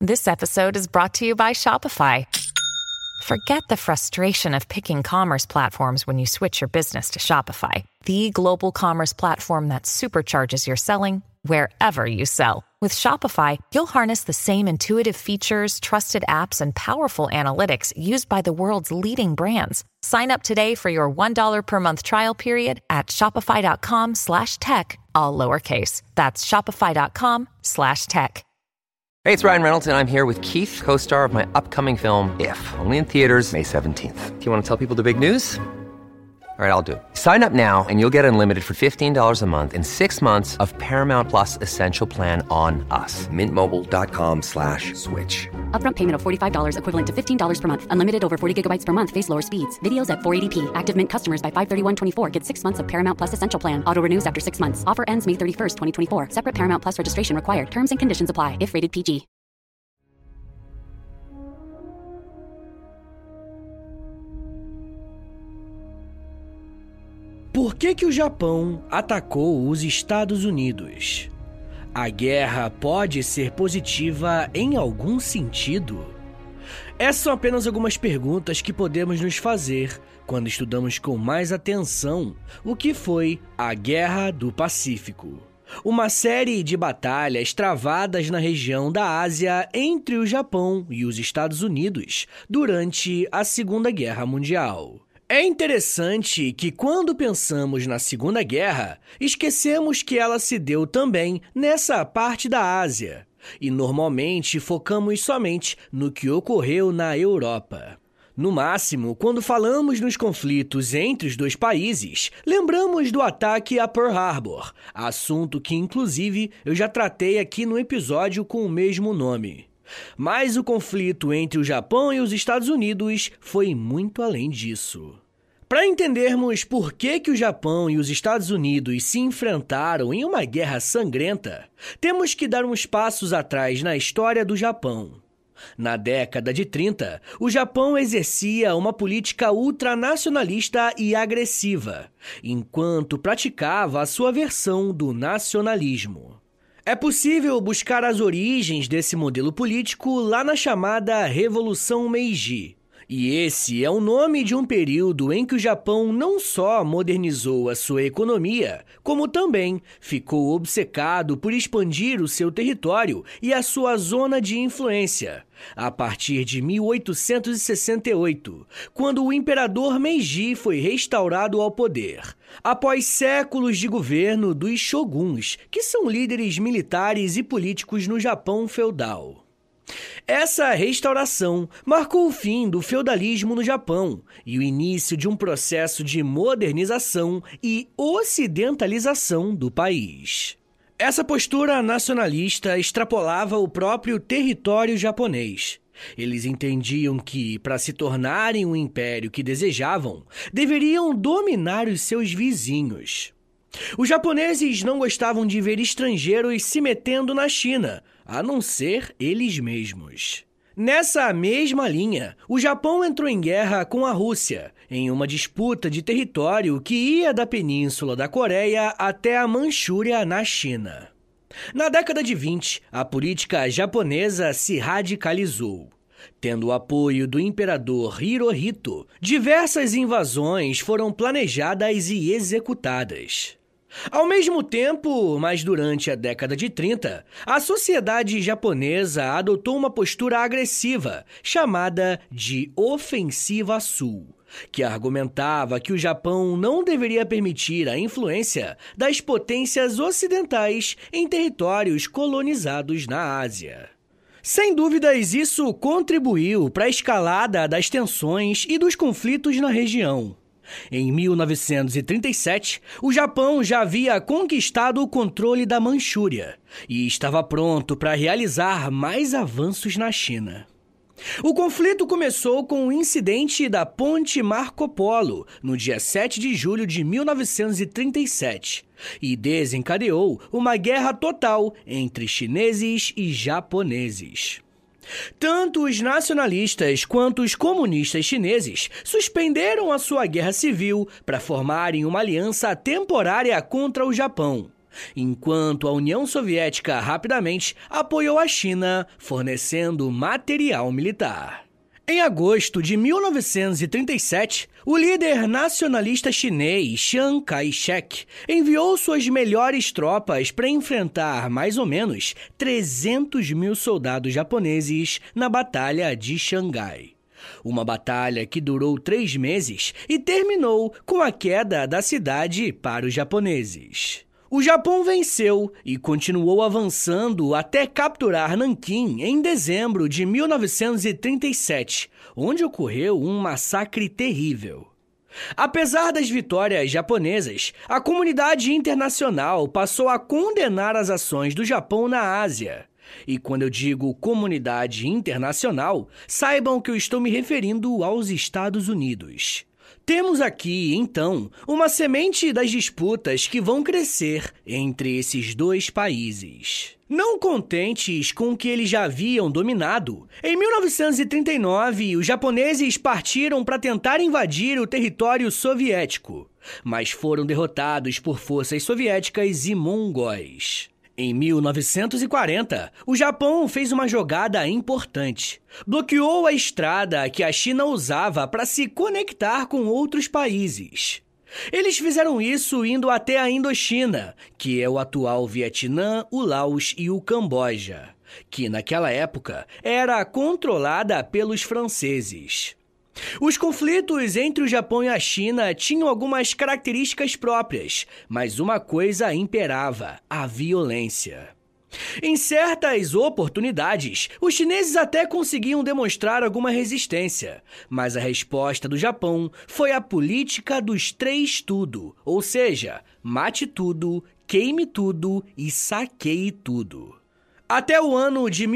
This episode is brought to you by Shopify. Forget the frustration of picking commerce platforms when you switch your business to Shopify, the global commerce platform that supercharges your selling wherever you sell. With Shopify, you'll harness the same intuitive features, trusted apps, and powerful analytics used by the world's leading brands. Sign up today for your $1 per month trial period at shopify.com/tech, all lowercase. That's shopify.com/tech. Hey, it's Ryan Reynolds, and I'm here with Keith, co-star of my upcoming film, If, only in theaters May 17th. Do you want to tell people the big news? All right, I'll do it. Sign up now and you'll get unlimited for $15 a month and 6 months of Paramount Plus Essential Plan on us. MintMobile.com/switch. Upfront payment of $45 equivalent to $15 per month. Unlimited over 40 gigabytes per month. Face lower speeds. Videos at 480p. Active Mint customers by 531.24 get 6 months of Paramount Plus Essential Plan. Auto renews after 6 months. Offer ends May 31st, 2024. Separate Paramount Plus registration required. Terms and conditions apply if rated PG. Por que o Japão atacou os Estados Unidos? A guerra pode ser positiva em algum sentido? Essas são apenas algumas perguntas que podemos nos fazer quando estudamos com mais atenção o que foi a Guerra do Pacífico. Uma série de batalhas travadas na região da Ásia entre o Japão e os Estados Unidos durante a Segunda Guerra Mundial. É interessante que quando pensamos na Segunda Guerra, esquecemos que ela se deu também nessa parte da Ásia, e normalmente focamos somente no que ocorreu na Europa. No máximo, quando falamos nos conflitos entre os dois países, lembramos do ataque a Pearl Harbor, assunto que inclusive eu já tratei aqui no episódio com o mesmo nome. Mas o conflito entre o Japão e os Estados Unidos foi muito além disso. Para entendermos por que o Japão e os Estados Unidos se enfrentaram em uma guerra sangrenta, temos que dar uns passos atrás na história do Japão. Na década de 30, o Japão exercia uma política ultranacionalista e agressiva, enquanto praticava a sua versão do nacionalismo. É possível buscar as origens desse modelo político lá na chamada Revolução Meiji. E esse é o nome de um período em que o Japão não só modernizou a sua economia, como também ficou obcecado por expandir o seu território e a sua zona de influência, a partir de 1868, quando o imperador Meiji foi restaurado ao poder, após séculos de governo dos shoguns, que são líderes militares e políticos no Japão feudal. Essa restauração marcou o fim do feudalismo no Japão e o início de um processo de modernização e ocidentalização do país. Essa postura nacionalista extrapolava o próprio território japonês. Eles entendiam que, para se tornarem o império que desejavam, deveriam dominar os seus vizinhos. Os japoneses não gostavam de ver estrangeiros se metendo na China, a não ser eles mesmos. Nessa mesma linha, o Japão entrou em guerra com a Rússia, em uma disputa de território que ia da Península da Coreia até a Manchúria, na China. Na década de 20, a política japonesa se radicalizou. Tendo o apoio do imperador Hirohito, diversas invasões foram planejadas e executadas. Ao mesmo tempo, mas durante a década de 30, a sociedade japonesa adotou uma postura agressiva, chamada de Ofensiva Sul, que argumentava que o Japão não deveria permitir a influência das potências ocidentais em territórios colonizados na Ásia. Sem dúvidas, isso contribuiu para a escalada das tensões e dos conflitos na região. Em 1937, o Japão já havia conquistado o controle da Manchúria e estava pronto para realizar mais avanços na China. O conflito começou com o incidente da Ponte Marco Polo, no dia 7 de julho de 1937, e desencadeou uma guerra total entre chineses e japoneses. Tanto os nacionalistas quanto os comunistas chineses suspenderam a sua guerra civil para formarem uma aliança temporária contra o Japão. enquanto a União Soviética rapidamente apoiou a China, fornecendo material militar. Em agosto de 1937, o líder nacionalista chinês Chiang Kai-shek enviou suas melhores tropas para enfrentar mais ou menos 300 mil soldados japoneses na Batalha de Xangai. Uma batalha que durou 3 meses e terminou com a queda da cidade para os japoneses. O Japão venceu e continuou avançando até capturar Nanquim em dezembro de 1937, onde ocorreu um massacre terrível. Apesar das vitórias japonesas, a comunidade internacional passou a condenar as ações do Japão na Ásia. E quando eu digo comunidade internacional, saibam que eu estou me referindo aos Estados Unidos. Temos aqui, então, uma semente das disputas que vão crescer entre esses dois países. Não contentes com o que eles já haviam dominado, em 1939 os japoneses partiram para tentar invadir o território soviético, mas foram derrotados por forças soviéticas e mongóis. Em 1940, o Japão fez uma jogada importante. Bloqueou a estrada que a China usava para se conectar com outros países. Eles fizeram isso indo até a Indochina, que é o atual Vietnã, o Laos e o Camboja, que naquela época era controlada pelos franceses. Os conflitos entre o Japão e a China tinham algumas características próprias, mas uma coisa imperava: a violência. Em certas oportunidades, os chineses até conseguiam demonstrar alguma resistência, mas a resposta do Japão foi a política dos 3 tudo, ou seja, mate tudo, queime tudo e saqueie tudo. Até o ano de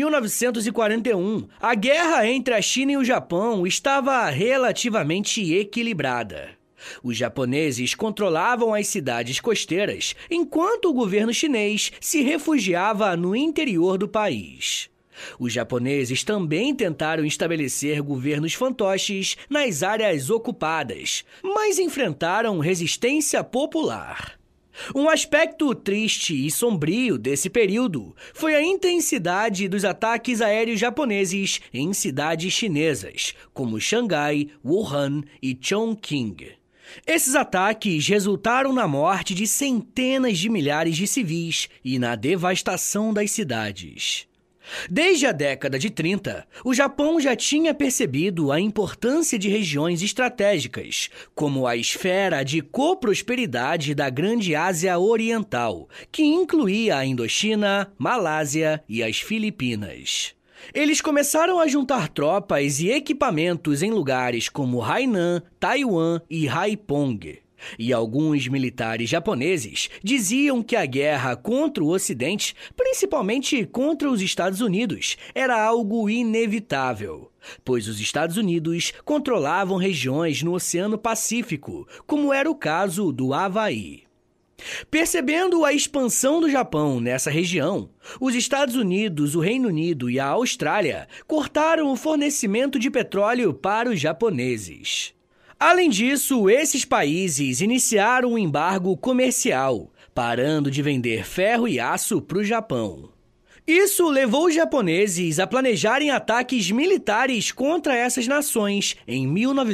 1941, a guerra entre a China e o Japão estava relativamente equilibrada. Os japoneses controlavam as cidades costeiras, enquanto o governo chinês se refugiava no interior do país. Os japoneses também tentaram estabelecer governos fantoches nas áreas ocupadas, mas enfrentaram resistência popular. Um aspecto triste e sombrio desse período foi a intensidade dos ataques aéreos japoneses em cidades chinesas, como Xangai, Wuhan e Chongqing. Esses ataques resultaram na morte de centenas de milhares de civis e na devastação das cidades. Desde a década de 30, o Japão já tinha percebido a importância de regiões estratégicas, como a esfera de coprosperidade da Grande Ásia Oriental, que incluía a Indochina, Malásia e as Filipinas. Eles começaram a juntar tropas e equipamentos em lugares como Hainan, Taiwan e Haiphong. E alguns militares japoneses diziam que a guerra contra o Ocidente, principalmente contra os Estados Unidos, era algo inevitável, pois os Estados Unidos controlavam regiões no Oceano Pacífico, como era o caso do Havaí. Percebendo a expansão do Japão nessa região, os Estados Unidos, o Reino Unido e a Austrália cortaram o fornecimento de petróleo para os japoneses. Além disso, esses países iniciaram um embargo comercial, parando de vender ferro e aço para o Japão. Isso levou os japoneses a planejarem ataques militares contra essas nações em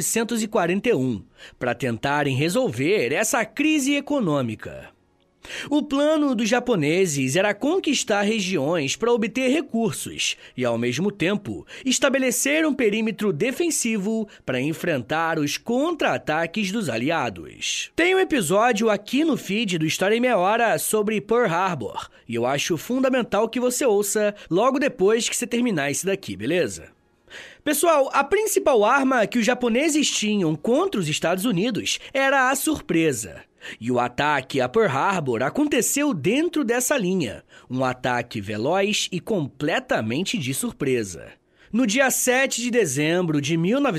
1941, para tentarem resolver essa crise econômica. O plano dos japoneses era conquistar regiões para obter recursos e, ao mesmo tempo, estabelecer um perímetro defensivo para enfrentar os contra-ataques dos aliados. Tem um episódio aqui no feed do História em Meia Hora sobre Pearl Harbor, e eu acho fundamental que você ouça logo depois que você terminar esse daqui, beleza? Pessoal, a principal arma que os japoneses tinham contra os Estados Unidos era a surpresa. E o ataque a Pearl Harbor aconteceu dentro dessa linha, um ataque veloz e completamente de surpresa. No dia 7 de dezembro de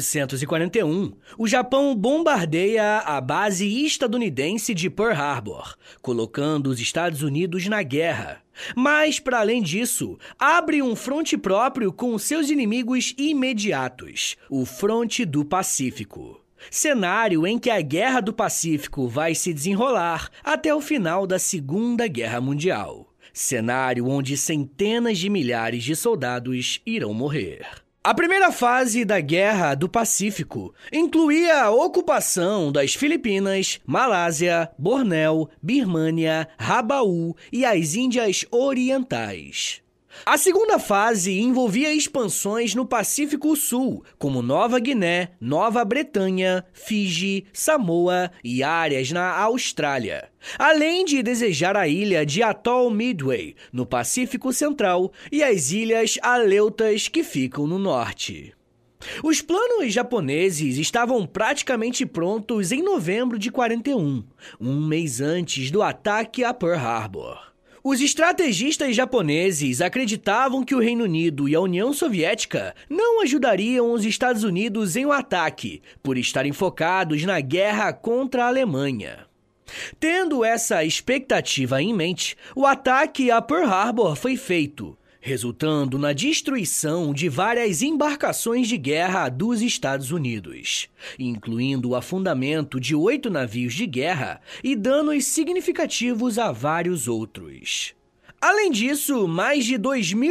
1941, o Japão bombardeia a base estadunidense de Pearl Harbor, colocando os Estados Unidos na guerra. Mas, para além disso, abre um fronte próprio com seus inimigos imediatos, o Fronte do Pacífico. cenário em que a Guerra do Pacífico vai se desenrolar até o final da Segunda Guerra Mundial. Cenário onde centenas de milhares de soldados irão morrer. A primeira fase da Guerra do Pacífico incluía a ocupação das Filipinas, Malásia, Bornéu, Birmânia, Rabaul e as Índias Orientais. A segunda fase envolvia expansões no Pacífico Sul, como Nova Guiné, Nova Bretanha, Fiji, Samoa e áreas na Austrália, além de desejar a ilha de Atoll Midway, no Pacífico Central, e as ilhas Aleutas, que ficam no norte. Os planos japoneses estavam praticamente prontos em novembro de 41, um mês antes do ataque a Pearl Harbor. Os estrategistas japoneses acreditavam que o Reino Unido e a União Soviética não ajudariam os Estados Unidos em um ataque, por estarem focados na guerra contra a Alemanha. Tendo essa expectativa em mente, o ataque a Pearl Harbor foi feito, resultando na destruição de várias embarcações de guerra dos Estados Unidos, incluindo o afundamento de 8 navios de guerra e danos significativos a vários outros. Além disso, mais de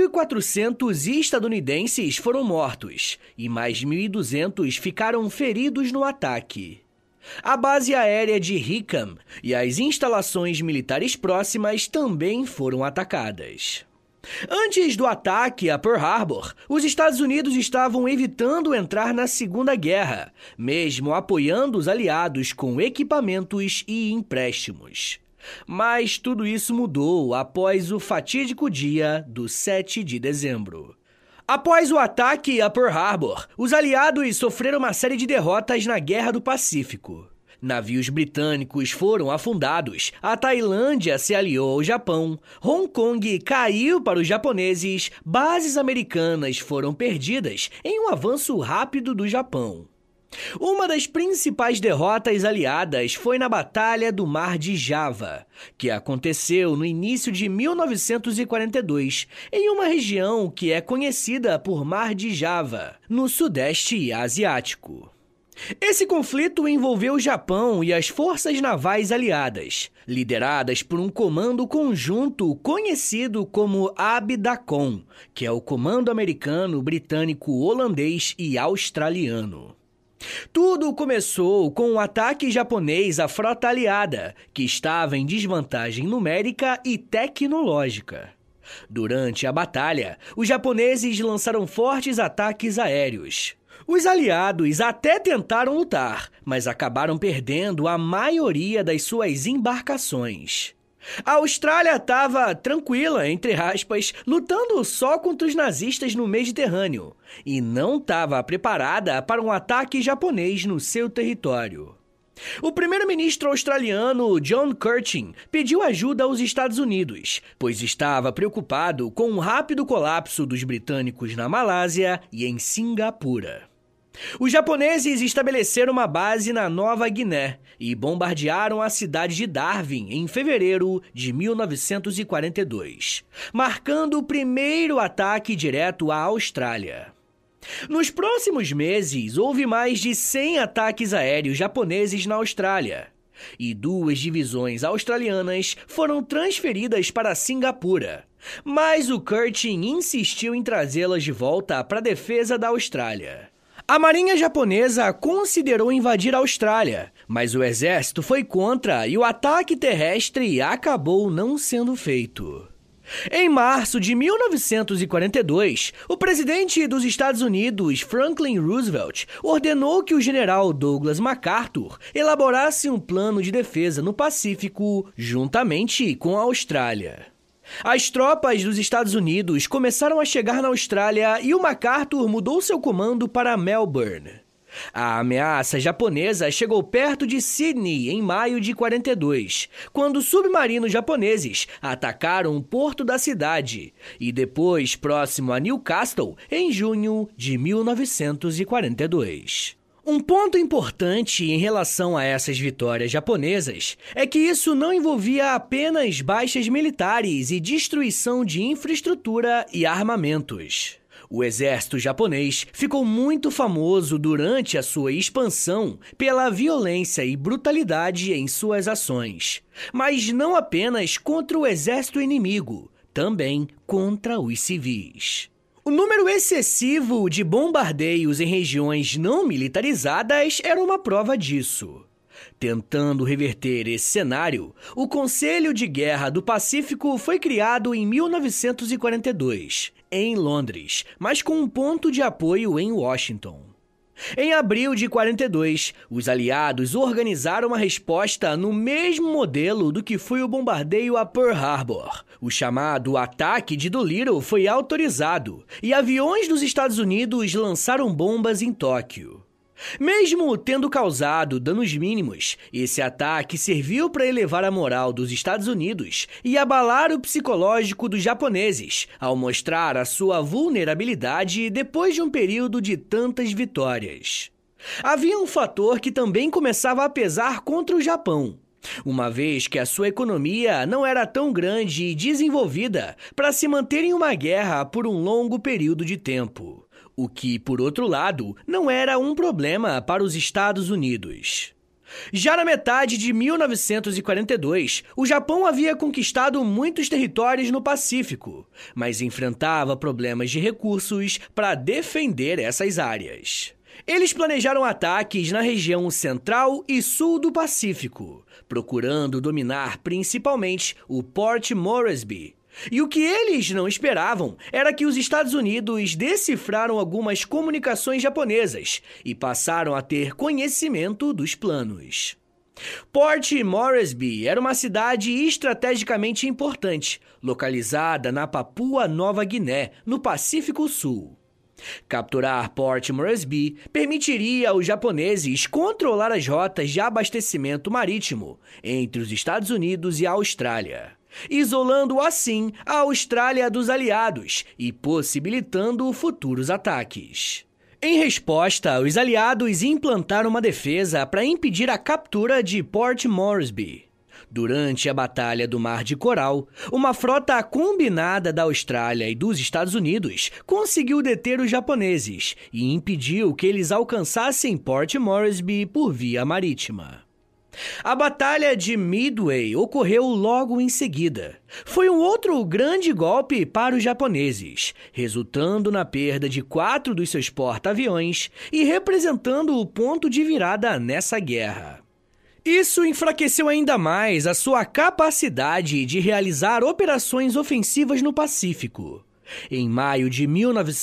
2.400 estadunidenses foram mortos e mais de 1.200 ficaram feridos no ataque. A base aérea de Hickam e as instalações militares próximas também foram atacadas. Antes do ataque a Pearl Harbor, os Estados Unidos estavam evitando entrar na Segunda Guerra, mesmo apoiando os aliados com equipamentos e empréstimos. Mas tudo isso mudou após o fatídico dia do 7 de dezembro. Após o ataque a Pearl Harbor, os aliados sofreram uma série de derrotas na Guerra do Pacífico. Navios britânicos foram afundados, a Tailândia se aliou ao Japão, Hong Kong caiu para os japoneses, bases americanas foram perdidas em um avanço rápido do Japão. Uma das principais derrotas aliadas foi na Batalha do Mar de Java, que aconteceu no início de 1942, em uma região que é conhecida por Mar de Java, no Sudeste Asiático. Esse conflito envolveu o Japão e as forças navais aliadas, lideradas por um comando conjunto conhecido como ABDACOM, que é o Comando Americano, Britânico, Holandês e Australiano. Tudo começou com um ataque japonês à frota aliada, que estava em desvantagem numérica e tecnológica. Durante a batalha, os japoneses lançaram fortes ataques aéreos. Os aliados até tentaram lutar, mas acabaram perdendo a maioria das suas embarcações. A Austrália estava tranquila, entre aspas, lutando só contra os nazistas no Mediterrâneo, e não estava preparada para um ataque japonês no seu território. O primeiro-ministro australiano John Curtin pediu ajuda aos Estados Unidos, pois estava preocupado com o rápido colapso dos britânicos na Malásia e em Singapura. Os japoneses estabeleceram uma base na Nova Guiné e bombardearam a cidade de Darwin em fevereiro de 1942, marcando o primeiro ataque direto à Austrália. Nos próximos meses, houve mais de 100 ataques aéreos japoneses na Austrália, e 2 divisões australianas foram transferidas para Singapura, mas o Curtin insistiu em trazê-las de volta para a defesa da Austrália. A marinha japonesa considerou invadir a Austrália, mas o exército foi contra e o ataque terrestre acabou não sendo feito. Em março de 1942, o presidente dos Estados Unidos, Franklin Roosevelt, ordenou que o general Douglas MacArthur elaborasse um plano de defesa no Pacífico, juntamente com a Austrália. As tropas dos Estados Unidos começaram a chegar na Austrália e o MacArthur mudou seu comando para Melbourne. A ameaça japonesa chegou perto de Sydney em maio de 42, quando submarinos japoneses atacaram o porto da cidade, e depois próximo a Newcastle em junho de 1942. Um ponto importante em relação a essas vitórias japonesas é que isso não envolvia apenas baixas militares e destruição de infraestrutura e armamentos. O exército japonês ficou muito famoso durante a sua expansão pela violência e brutalidade em suas ações, mas não apenas contra o exército inimigo, também contra os civis. O número excessivo de bombardeios em regiões não militarizadas era uma prova disso. Tentando reverter esse cenário, o Conselho de Guerra do Pacífico foi criado em 1942, em Londres, mas com um ponto de apoio em Washington. Em abril de 42, os aliados organizaram uma resposta no mesmo modelo do que foi o bombardeio a Pearl Harbor. O chamado Ataque de Doolittle foi autorizado e aviões dos Estados Unidos lançaram bombas em Tóquio. Mesmo tendo causado danos mínimos, esse ataque serviu para elevar a moral dos Estados Unidos e abalar o psicológico dos japoneses, ao mostrar a sua vulnerabilidade depois de um período de tantas vitórias. Havia um fator que também começava a pesar contra o Japão, uma vez que a sua economia não era tão grande e desenvolvida para se manter em uma guerra por um longo período de tempo. O que, por outro lado, não era um problema para os Estados Unidos. Já na metade de 1942, o Japão havia conquistado muitos territórios no Pacífico, mas enfrentava problemas de recursos para defender essas áreas. Eles planejaram ataques na região central e sul do Pacífico, procurando dominar principalmente o Port Moresby. E o que eles não esperavam era que os Estados Unidos decifraram algumas comunicações japonesas e passaram a ter conhecimento dos planos. Port Moresby era uma cidade estrategicamente importante, localizada na Papua Nova Guiné, no Pacífico Sul. Capturar Port Moresby permitiria aos japoneses controlar as rotas de abastecimento marítimo entre os Estados Unidos e a Austrália, isolando assim a Austrália dos aliados e possibilitando futuros ataques. Em resposta, os aliados implantaram uma defesa para impedir a captura de Port Moresby. Durante a Batalha do Mar de Coral, uma frota combinada da Austrália e dos Estados Unidos conseguiu deter os japoneses e impediu que eles alcançassem Port Moresby por via marítima. A Batalha de Midway ocorreu logo em seguida. Foi um outro grande golpe para os japoneses, resultando na perda de 4 dos seus porta-aviões e representando o ponto de virada nessa guerra. Isso enfraqueceu ainda mais a sua capacidade de realizar operações ofensivas no Pacífico. Em maio de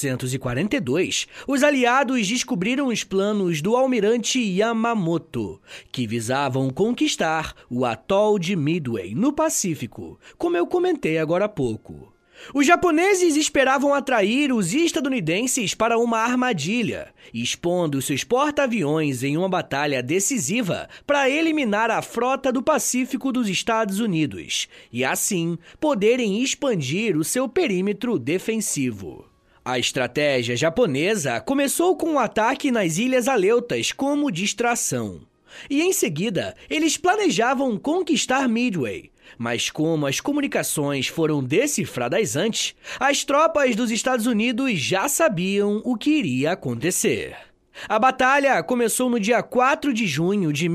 1942, os aliados descobriram os planos do almirante Yamamoto, que visavam conquistar o atol de Midway, no Pacífico, como eu comentei agora há pouco. Os japoneses esperavam atrair os estadunidenses para uma armadilha, expondo seus porta-aviões em uma batalha decisiva para eliminar a frota do Pacífico dos Estados Unidos e, assim, poderem expandir o seu perímetro defensivo. A estratégia japonesa começou com um ataque nas Ilhas Aleutas como distração. E, em seguida, eles planejavam conquistar Midway. Mas como as comunicações foram decifradas antes, as tropas dos Estados Unidos já sabiam o que iria acontecer. A batalha começou no dia 4 de junho de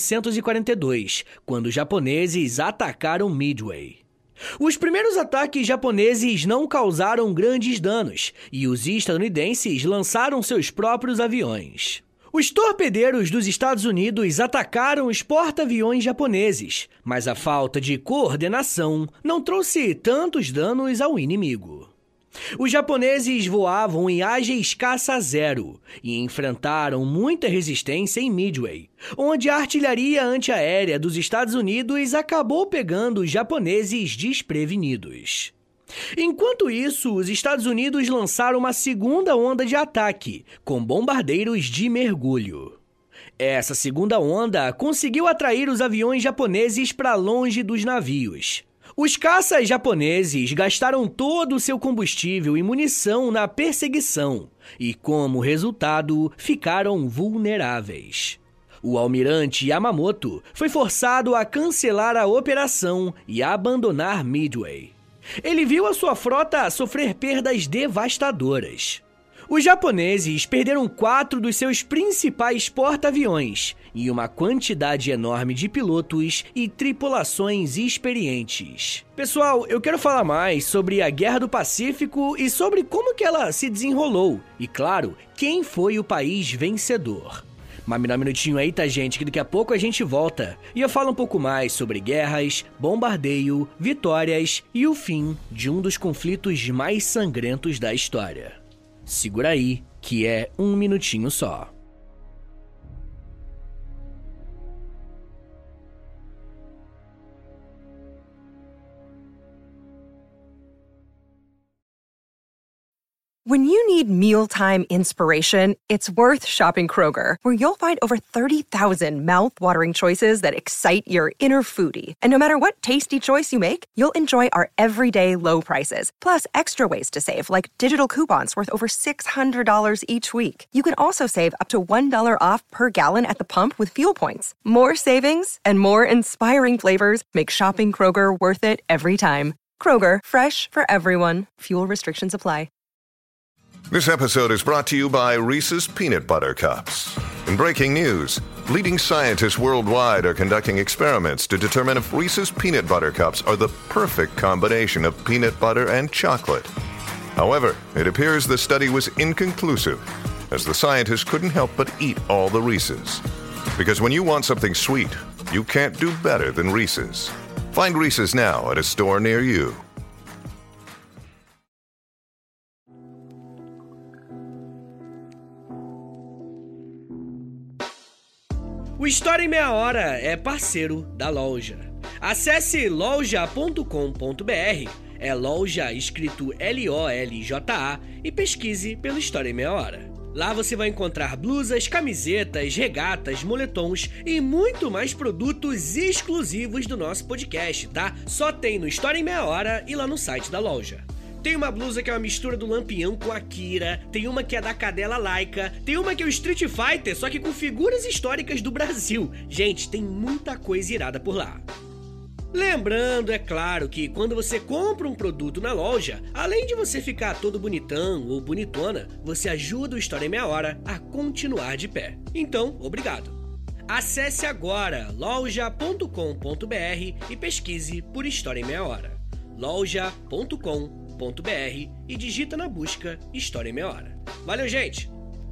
1942, quando os japoneses atacaram Midway. Os primeiros ataques japoneses não causaram grandes danos, e os estadunidenses lançaram seus próprios aviões. Os torpedeiros dos Estados Unidos atacaram os porta-aviões japoneses, mas a falta de coordenação não trouxe tantos danos ao inimigo. Os japoneses voavam em ágeis caça-zero e enfrentaram muita resistência em Midway, onde a artilharia antiaérea dos Estados Unidos acabou pegando os japoneses desprevenidos. Enquanto isso, os Estados Unidos lançaram uma segunda onda de ataque, com bombardeiros de mergulho. Essa segunda onda conseguiu atrair os aviões japoneses para longe dos navios. Os caças japoneses gastaram todo o seu combustível e munição na perseguição e, como resultado, ficaram vulneráveis. O almirante Yamamoto foi forçado a cancelar a operação e abandonar Midway. Ele viu a sua frota sofrer perdas devastadoras. Os japoneses perderam 4 dos seus principais porta-aviões e uma quantidade enorme de pilotos e tripulações experientes. Pessoal, eu quero falar mais sobre a Guerra do Pacífico e sobre como que ela se desenrolou. E claro, quem foi o país vencedor. Mas me dá um minutinho aí, tá, gente, que daqui a pouco a gente volta. E eu falo um pouco mais sobre guerras, bombardeio, vitórias e o fim de um dos conflitos mais sangrentos da história. Segura aí, que é um minutinho só. When you need mealtime inspiration, it's worth shopping Kroger, where you'll find over 30,000 mouth-watering choices that excite your inner foodie. And no matter what tasty choice you make, you'll enjoy our everyday low prices, plus extra ways to save, like digital coupons worth over $600 each week. You can also save up to $1 off per gallon at the pump with fuel points. More savings and more inspiring flavors make shopping Kroger worth it every time. Kroger, fresh for everyone. Fuel restrictions apply. This episode is brought to you by Reese's Peanut Butter Cups. In breaking news, leading scientists worldwide are conducting experiments to determine if Reese's Peanut Butter Cups are the perfect combination of peanut butter and chocolate. However, it appears the study was inconclusive, as the scientists couldn't help but eat all the Reese's. Because when you want something sweet, you can't do better than Reese's. Find Reese's now at a store near you. O História em Meia Hora é parceiro da loja. Acesse loja.com.br, é loja escrito LOLJA, e pesquise pelo História em Meia Hora. Lá você vai encontrar blusas, camisetas, regatas, moletons e muito mais produtos exclusivos do nosso podcast, tá? Só tem no História em Meia Hora e lá no site da loja. Tem uma blusa que é uma mistura do Lampião com a Kira, tem uma que é da Cadela Laika, tem uma que é o Street Fighter, só que com figuras históricas do Brasil. Gente, tem muita coisa irada por lá. Lembrando, é claro, que quando você compra um produto na loja, além de você ficar todo bonitão ou bonitona, você ajuda o História em Meia Hora a continuar de pé. Então, obrigado. Acesse agora loja.com.br e pesquise por História em Meia Hora. loja.com.br e digita na busca História em Meia Hora. Valeu, gente!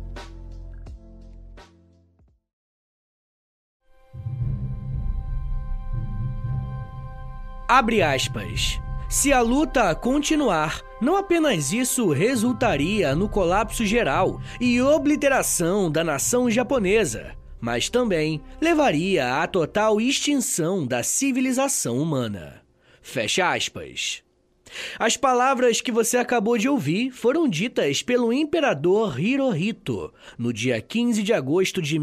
Abre aspas. Se a luta continuar, não apenas isso resultaria no colapso geral e obliteração da nação japonesa, mas também levaria à total extinção da civilização humana. Fecha aspas. As palavras que você acabou de ouvir foram ditas pelo imperador Hirohito no dia 15 de agosto de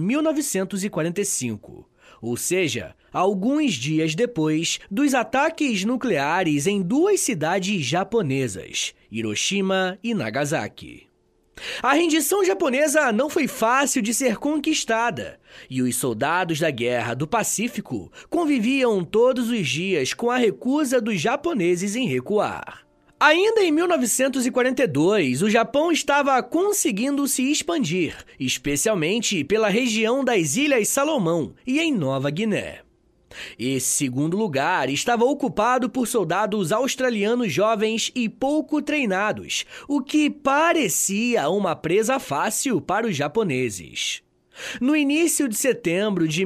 1945, ou seja, alguns dias depois dos ataques nucleares em 2 cidades japonesas, Hiroshima e Nagasaki. A rendição japonesa não foi fácil de ser conquistada, e os soldados da Guerra do Pacífico conviviam todos os dias com a recusa dos japoneses em recuar. Ainda em 1942, o Japão estava conseguindo se expandir, especialmente pela região das Ilhas Salomão e em Nova Guiné. Esse segundo lugar estava ocupado por soldados australianos jovens e pouco treinados, o que parecia uma presa fácil para os japoneses. No início de setembro de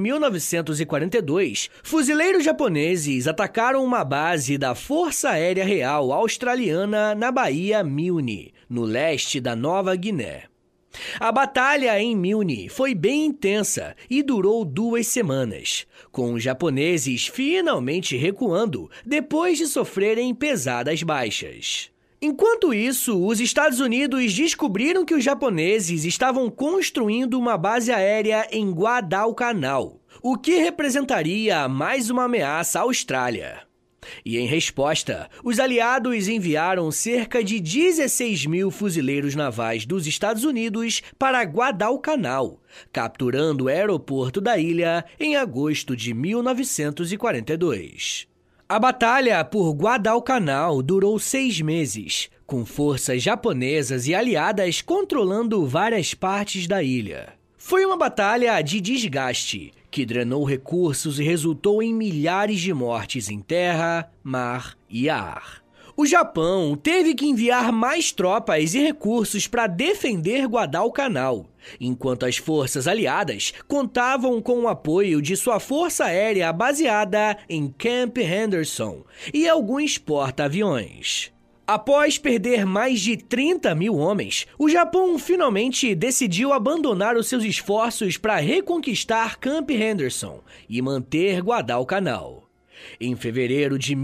1942, fuzileiros japoneses atacaram uma base da Força Aérea Real Australiana na Baía Milne, no leste da Nova Guiné. A batalha em Milne foi bem intensa e durou 2 semanas, com os japoneses finalmente recuando depois de sofrerem pesadas baixas. Enquanto isso, os Estados Unidos descobriram que os japoneses estavam construindo uma base aérea em Guadalcanal, o que representaria mais uma ameaça à Austrália. E em resposta, os aliados enviaram cerca de 16 mil fuzileiros navais dos Estados Unidos para Guadalcanal, capturando o aeroporto da ilha em agosto de 1942. A batalha por Guadalcanal durou 6 meses, com forças japonesas e aliadas controlando várias partes da ilha. Foi uma batalha de desgaste, que drenou recursos e resultou em milhares de mortes em terra, mar e ar. O Japão teve que enviar mais tropas e recursos para defender Guadalcanal, enquanto as forças aliadas contavam com o apoio de sua força aérea baseada em Camp Henderson e alguns porta-aviões. Após perder mais de 30 mil homens, o Japão finalmente decidiu abandonar os seus esforços para reconquistar Camp Henderson e manter Guadalcanal. Em fevereiro de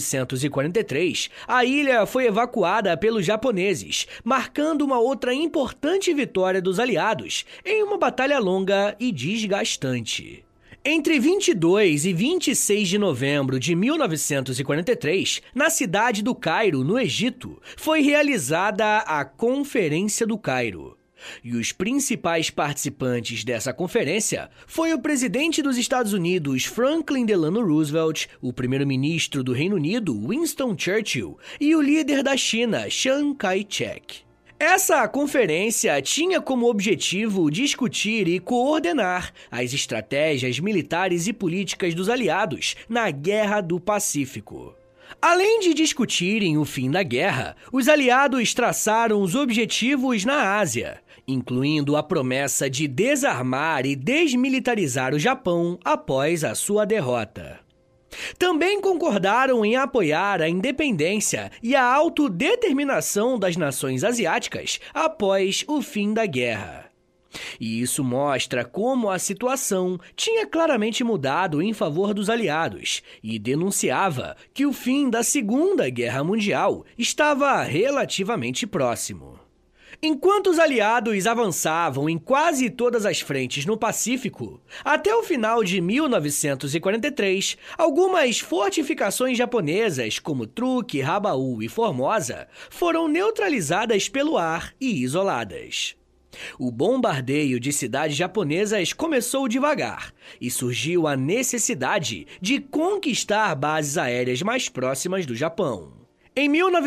1943, a ilha foi evacuada pelos japoneses, marcando uma outra importante vitória dos aliados em uma batalha longa e desgastante. Entre 22 e 26 de novembro de 1943, na cidade do Cairo, no Egito, foi realizada a Conferência do Cairo. E os principais participantes dessa conferência foi o presidente dos Estados Unidos, Franklin Delano Roosevelt, o primeiro-ministro do Reino Unido, Winston Churchill, e o líder da China, Chiang Kai-shek. Essa conferência tinha como objetivo discutir e coordenar as estratégias militares e políticas dos aliados na Guerra do Pacífico. Além de discutirem o fim da guerra, os aliados traçaram os objetivos na Ásia, incluindo a promessa de desarmar e desmilitarizar o Japão após a sua derrota. Também concordaram em apoiar a independência e a autodeterminação das nações asiáticas após o fim da guerra. E isso mostra como a situação tinha claramente mudado em favor dos aliados e denunciava que o fim da Segunda Guerra Mundial estava relativamente próximo. Enquanto os aliados avançavam em quase todas as frentes no Pacífico, até o final de 1943, algumas fortificações japonesas, como Truk, Rabaul e Formosa, foram neutralizadas pelo ar e isoladas. O bombardeio de cidades japonesas começou devagar e surgiu a necessidade de conquistar bases aéreas mais próximas do Japão. Em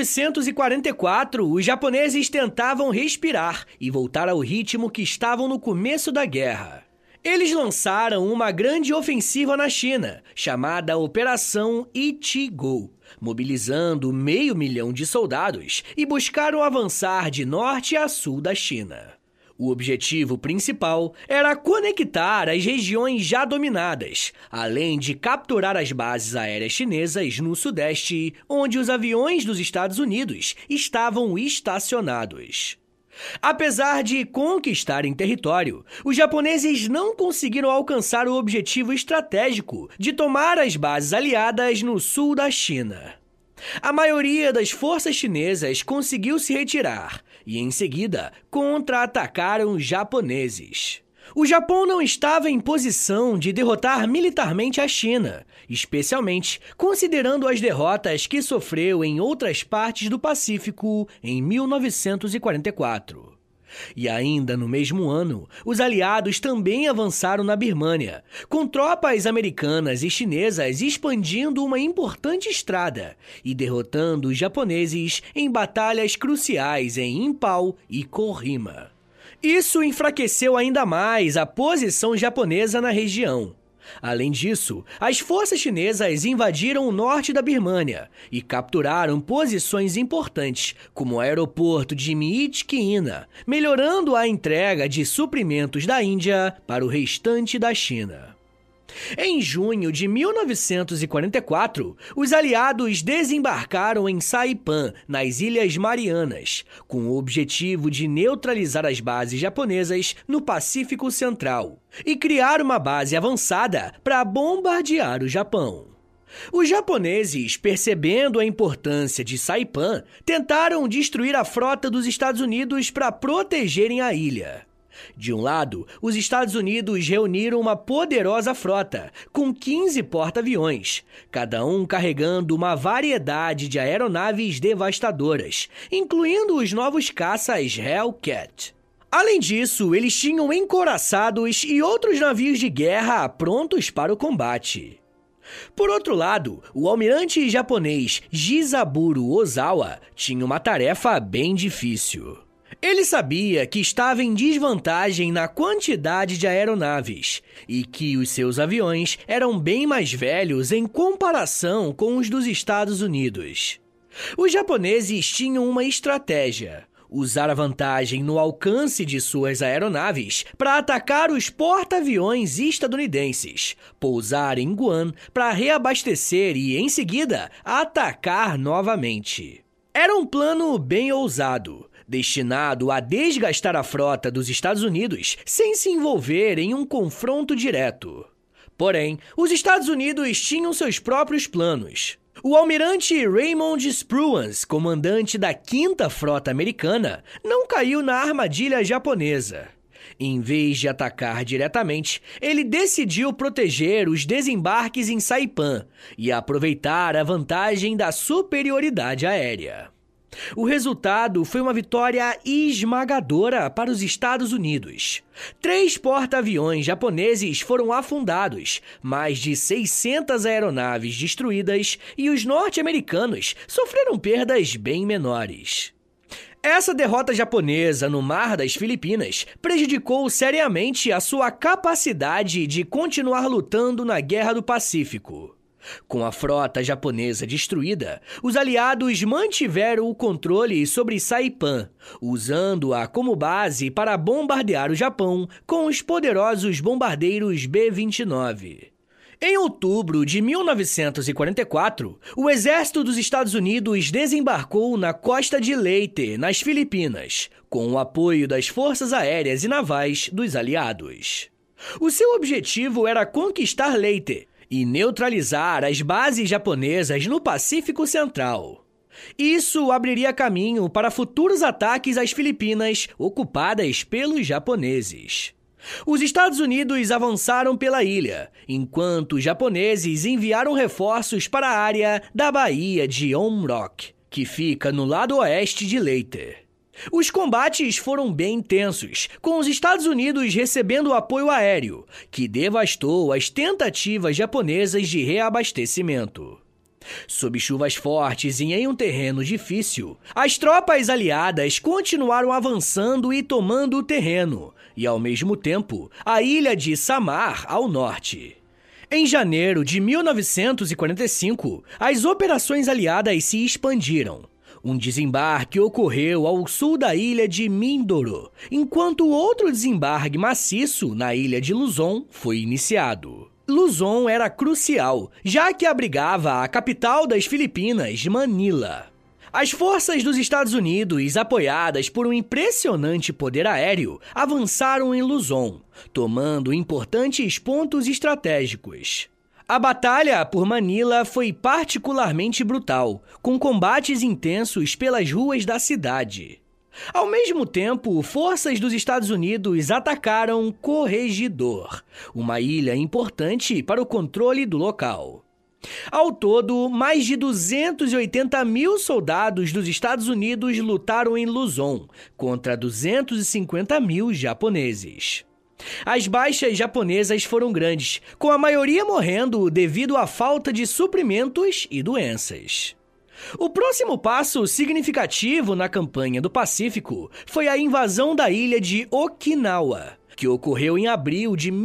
1944, os japoneses tentavam respirar e voltar ao ritmo que estavam no começo da guerra. Eles lançaram uma grande ofensiva na China, chamada Operação Ichigo, mobilizando 500.000 de soldados e buscaram avançar de norte a sul da China. O objetivo principal era conectar as regiões já dominadas, além de capturar as bases aéreas chinesas no sudeste, onde os aviões dos Estados Unidos estavam estacionados. Apesar de conquistarem território, os japoneses não conseguiram alcançar o objetivo estratégico de tomar as bases aliadas no sul da China. A maioria das forças chinesas conseguiu se retirar e, em seguida, contra-atacaram os japoneses. O Japão não estava em posição de derrotar militarmente a China, especialmente considerando as derrotas que sofreu em outras partes do Pacífico em 1944. E ainda no mesmo ano, os aliados também avançaram na Birmânia, com tropas americanas e chinesas expandindo uma importante estrada e derrotando os japoneses em batalhas cruciais em Impal e Kohima. Isso enfraqueceu ainda mais a posição japonesa na região. Além disso, as forças chinesas invadiram o norte da Birmânia e capturaram posições importantes, como o aeroporto de Myitkyina, melhorando a entrega de suprimentos da Índia para o restante da China. Em junho de 1944, os aliados desembarcaram em Saipan, nas Ilhas Marianas, com o objetivo de neutralizar as bases japonesas no Pacífico Central e criar uma base avançada para bombardear o Japão. Os japoneses, percebendo a importância de Saipan, tentaram destruir a frota dos Estados Unidos para protegerem a ilha. De um lado, os Estados Unidos reuniram uma poderosa frota, com 15 porta-aviões, cada um carregando uma variedade de aeronaves devastadoras, incluindo os novos caças Hellcat. Além disso, eles tinham encouraçados e outros navios de guerra prontos para o combate. Por outro lado, o almirante japonês Jizaburo Ozawa tinha uma tarefa bem difícil. Ele sabia que estava em desvantagem na quantidade de aeronaves e que os seus aviões eram bem mais velhos em comparação com os dos Estados Unidos. Os japoneses tinham uma estratégia: usar a vantagem no alcance de suas aeronaves para atacar os porta-aviões estadunidenses, pousar em Guam para reabastecer e, em seguida, atacar novamente. Era um plano bem ousado, destinado a desgastar a frota dos Estados Unidos sem se envolver em um confronto direto. Porém, os Estados Unidos tinham seus próprios planos. O almirante Raymond Spruance, comandante da 5ª Frota Americana, não caiu na armadilha japonesa. Em vez de atacar diretamente, ele decidiu proteger os desembarques em Saipan e aproveitar a vantagem da superioridade aérea. O resultado foi uma vitória esmagadora para os Estados Unidos. 3 porta-aviões japoneses foram afundados, mais de 600 aeronaves destruídas e os norte-americanos sofreram perdas bem menores. Essa derrota japonesa no Mar das Filipinas prejudicou seriamente a sua capacidade de continuar lutando na Guerra do Pacífico. Com a frota japonesa destruída, os aliados mantiveram o controle sobre Saipan, usando-a como base para bombardear o Japão com os poderosos bombardeiros B-29. Em outubro de 1944, o exército dos Estados Unidos desembarcou na costa de Leyte, nas Filipinas, com o apoio das forças aéreas e navais dos aliados. O seu objetivo era conquistar Leyte e neutralizar as bases japonesas no Pacífico Central. Isso abriria caminho para futuros ataques às Filipinas ocupadas pelos japoneses. Os Estados Unidos avançaram pela ilha, enquanto os japoneses enviaram reforços para a área da Baía de Omrock, que fica no lado oeste de Leyte. Os combates foram bem intensos, com os Estados Unidos recebendo apoio aéreo, que devastou as tentativas japonesas de reabastecimento. Sob chuvas fortes e em um terreno difícil, as tropas aliadas continuaram avançando e tomando o terreno, e ao mesmo tempo, a ilha de Samar ao norte. Em janeiro de 1945, as operações aliadas se expandiram. Um desembarque ocorreu ao sul da ilha de Mindoro, enquanto outro desembarque maciço na ilha de Luzon foi iniciado. Luzon era crucial, já que abrigava a capital das Filipinas, Manila. As forças dos Estados Unidos, apoiadas por um impressionante poder aéreo, avançaram em Luzon, tomando importantes pontos estratégicos. A batalha por Manila foi particularmente brutal, com combates intensos pelas ruas da cidade. Ao mesmo tempo, forças dos Estados Unidos atacaram Corregidor, uma ilha importante para o controle do local. Ao todo, mais de 280 mil soldados dos Estados Unidos lutaram em Luzon, contra 250 mil japoneses. As baixas japonesas foram grandes, com a maioria morrendo devido à falta de suprimentos e doenças. O próximo passo significativo na campanha do Pacífico foi a invasão da ilha de Okinawa, que ocorreu em abril de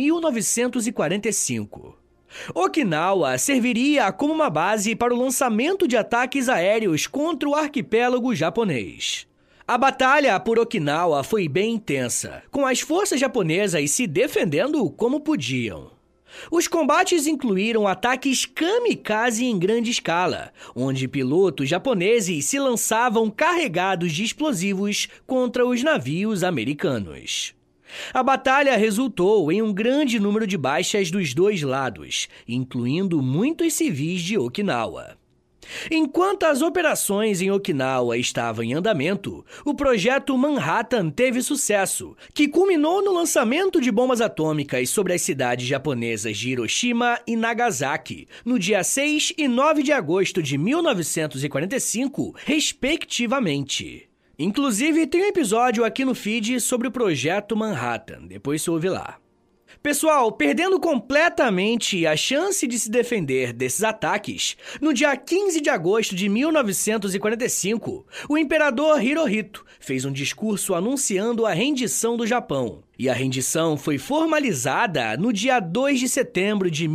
1945. Okinawa serviria como uma base para o lançamento de ataques aéreos contra o arquipélago japonês. A batalha por Okinawa foi bem intensa, com as forças japonesas se defendendo como podiam. Os combates incluíram ataques kamikaze em grande escala, onde pilotos japoneses se lançavam carregados de explosivos contra os navios americanos. A batalha resultou em um grande número de baixas dos dois lados, incluindo muitos civis de Okinawa. Enquanto as operações em Okinawa estavam em andamento, o projeto Manhattan teve sucesso, que culminou no lançamento de bombas atômicas sobre as cidades japonesas de Hiroshima e Nagasaki, no dia 6 e 9 de agosto de 1945, respectivamente. Inclusive, tem um episódio aqui no feed sobre o projeto Manhattan, depois você ouve lá. Pessoal, perdendo completamente a chance de se defender desses ataques, no dia 15 de agosto de 1945, o imperador Hirohito fez um discurso anunciando a rendição do Japão. E a rendição foi formalizada no dia 2 de setembro de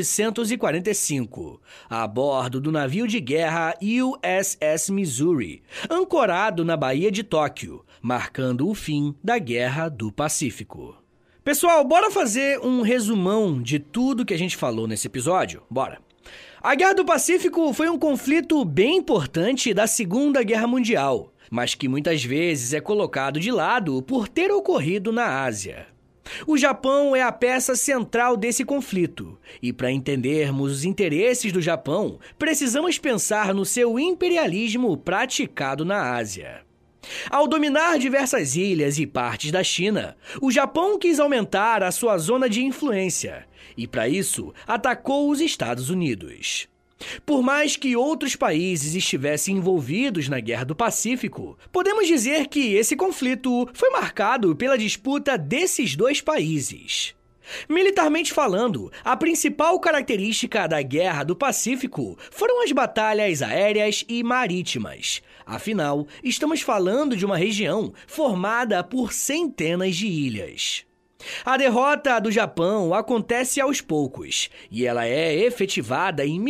1945, a bordo do navio de guerra USS Missouri, ancorado na Baía de Tóquio, marcando o fim da Guerra do Pacífico. Pessoal, bora fazer um resumão de tudo que a gente falou nesse episódio? Bora! A Guerra do Pacífico foi um conflito bem importante da Segunda Guerra Mundial, mas que muitas vezes é colocado de lado por ter ocorrido na Ásia. O Japão é a peça central desse conflito, e para entendermos os interesses do Japão, precisamos pensar no seu imperialismo praticado na Ásia. Ao dominar diversas ilhas e partes da China, o Japão quis aumentar a sua zona de influência e, para isso, atacou os Estados Unidos. Por mais que outros países estivessem envolvidos na Guerra do Pacífico, podemos dizer que esse conflito foi marcado pela disputa desses dois países. Militarmente falando, a principal característica da Guerra do Pacífico foram as batalhas aéreas e marítimas. Afinal, estamos falando de uma região formada por centenas de ilhas. A derrota do Japão acontece aos poucos, e ela é efetivada em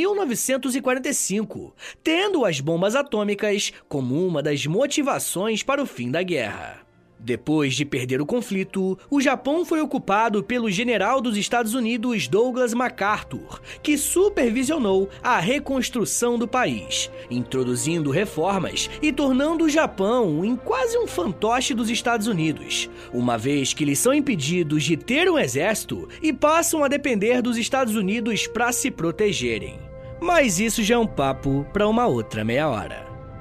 1945, tendo as bombas atômicas como uma das motivações para o fim da guerra. Depois de perder o conflito, o Japão foi ocupado pelo general dos Estados Unidos Douglas MacArthur, que supervisionou a reconstrução do país, introduzindo reformas e tornando o Japão em quase um fantoche dos Estados Unidos, uma vez que eles são impedidos de ter um exército e passam a depender dos Estados Unidos para se protegerem. Mas isso já é um papo para uma outra meia hora.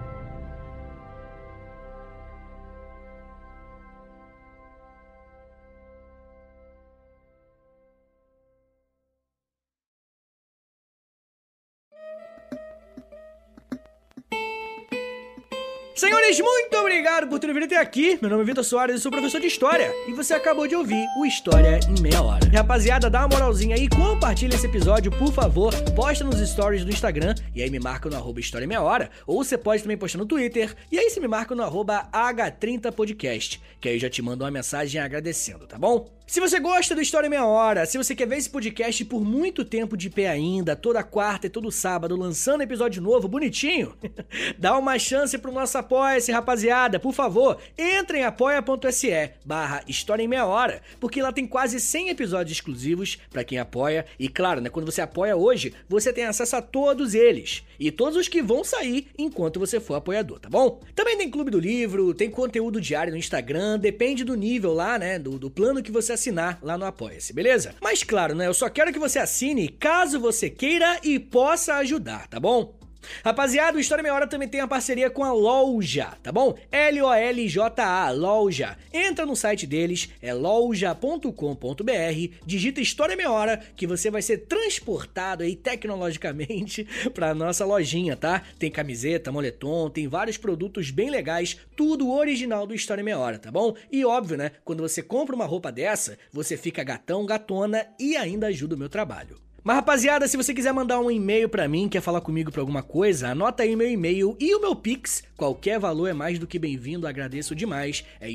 Senhores, muito obrigado por terem vindo até aqui. Meu nome é Vitor Soares, eu sou professor de História e você acabou de ouvir o História em Meia Hora. E, rapaziada, dá uma moralzinha aí, compartilha esse episódio, por favor, posta nos stories do Instagram e aí me marca no @História em Meia Hora, ou você pode também postar no Twitter e aí você me marca no @H30podcast, que aí eu já te mando uma mensagem agradecendo, tá bom? Se você gosta do História em Meia Hora, se você quer ver esse podcast por muito tempo de pé ainda, toda quarta e todo sábado, lançando episódio novo, bonitinho, dá uma chance pro nosso Apoia-se, rapaziada. Por favor, entre em apoia.se/História em Meia Hora, porque lá tem quase 100 episódios exclusivos pra quem apoia. E claro, né, quando você apoia hoje, você tem acesso a todos eles. E todos os que vão sair enquanto você for apoiador, tá bom? Também tem Clube do Livro, tem conteúdo diário no Instagram, depende do nível lá, né, do plano que você assinar lá no Apoia-se, beleza? Mas claro, né, eu só quero que você assine caso você queira e possa ajudar, tá bom? Rapaziada, o História em Meia Hora também tem uma parceria com a Loja, tá bom? LOLJA, Loja. Entra no site deles, é loja.com.br, digita História em Meia Hora, que você vai ser transportado aí tecnologicamente pra nossa lojinha, tá? Tem camiseta, moletom, tem vários produtos bem legais, tudo original do História em Meia Hora, tá bom? E óbvio, né, quando você compra uma roupa dessa, você fica gatão, gatona e ainda ajuda o meu trabalho. Mas, rapaziada, se você quiser mandar um e-mail pra mim, quer falar comigo pra alguma coisa, anota aí meu e-mail e o meu Pix. Qualquer valor é mais do que bem-vindo, agradeço demais. É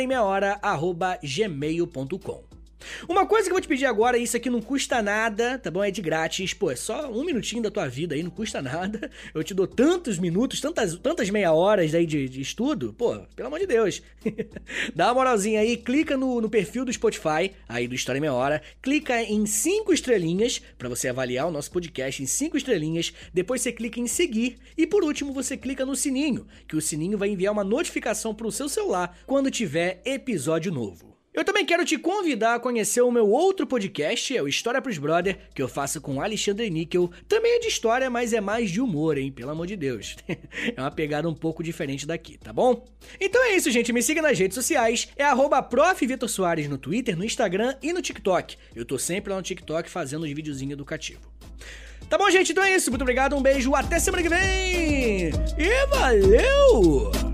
historiaemmeiahora@gmail.com. Uma coisa que eu vou te pedir agora, isso aqui não custa nada, tá bom? É de grátis, pô, é só um minutinho da tua vida aí, não custa nada. Eu te dou tantos minutos, tantas meia horas aí de estudo, pô, pelo amor de Deus. Dá uma moralzinha aí, clica no perfil do Spotify, aí do História em Meia Hora, clica em 5 estrelinhas, pra você avaliar o nosso podcast em 5 estrelinhas, depois você clica em seguir, e por último você clica no sininho, que o sininho vai enviar uma notificação pro seu celular quando tiver episódio novo. Eu também quero te convidar a conhecer o meu outro podcast, é o História pros Brother, que eu faço com Alexandre Níquel. Também é de história, mas é mais de humor, hein? Pelo amor de Deus. É uma pegada um pouco diferente daqui, tá bom? Então é isso, gente. Me siga nas redes sociais. É @Prof. Vitor Soares no Twitter, no Instagram e no TikTok. Eu tô sempre lá no TikTok fazendo uns videozinhos educativos. Tá bom, gente? Então é isso. Muito obrigado, um beijo, até semana que vem! E valeu!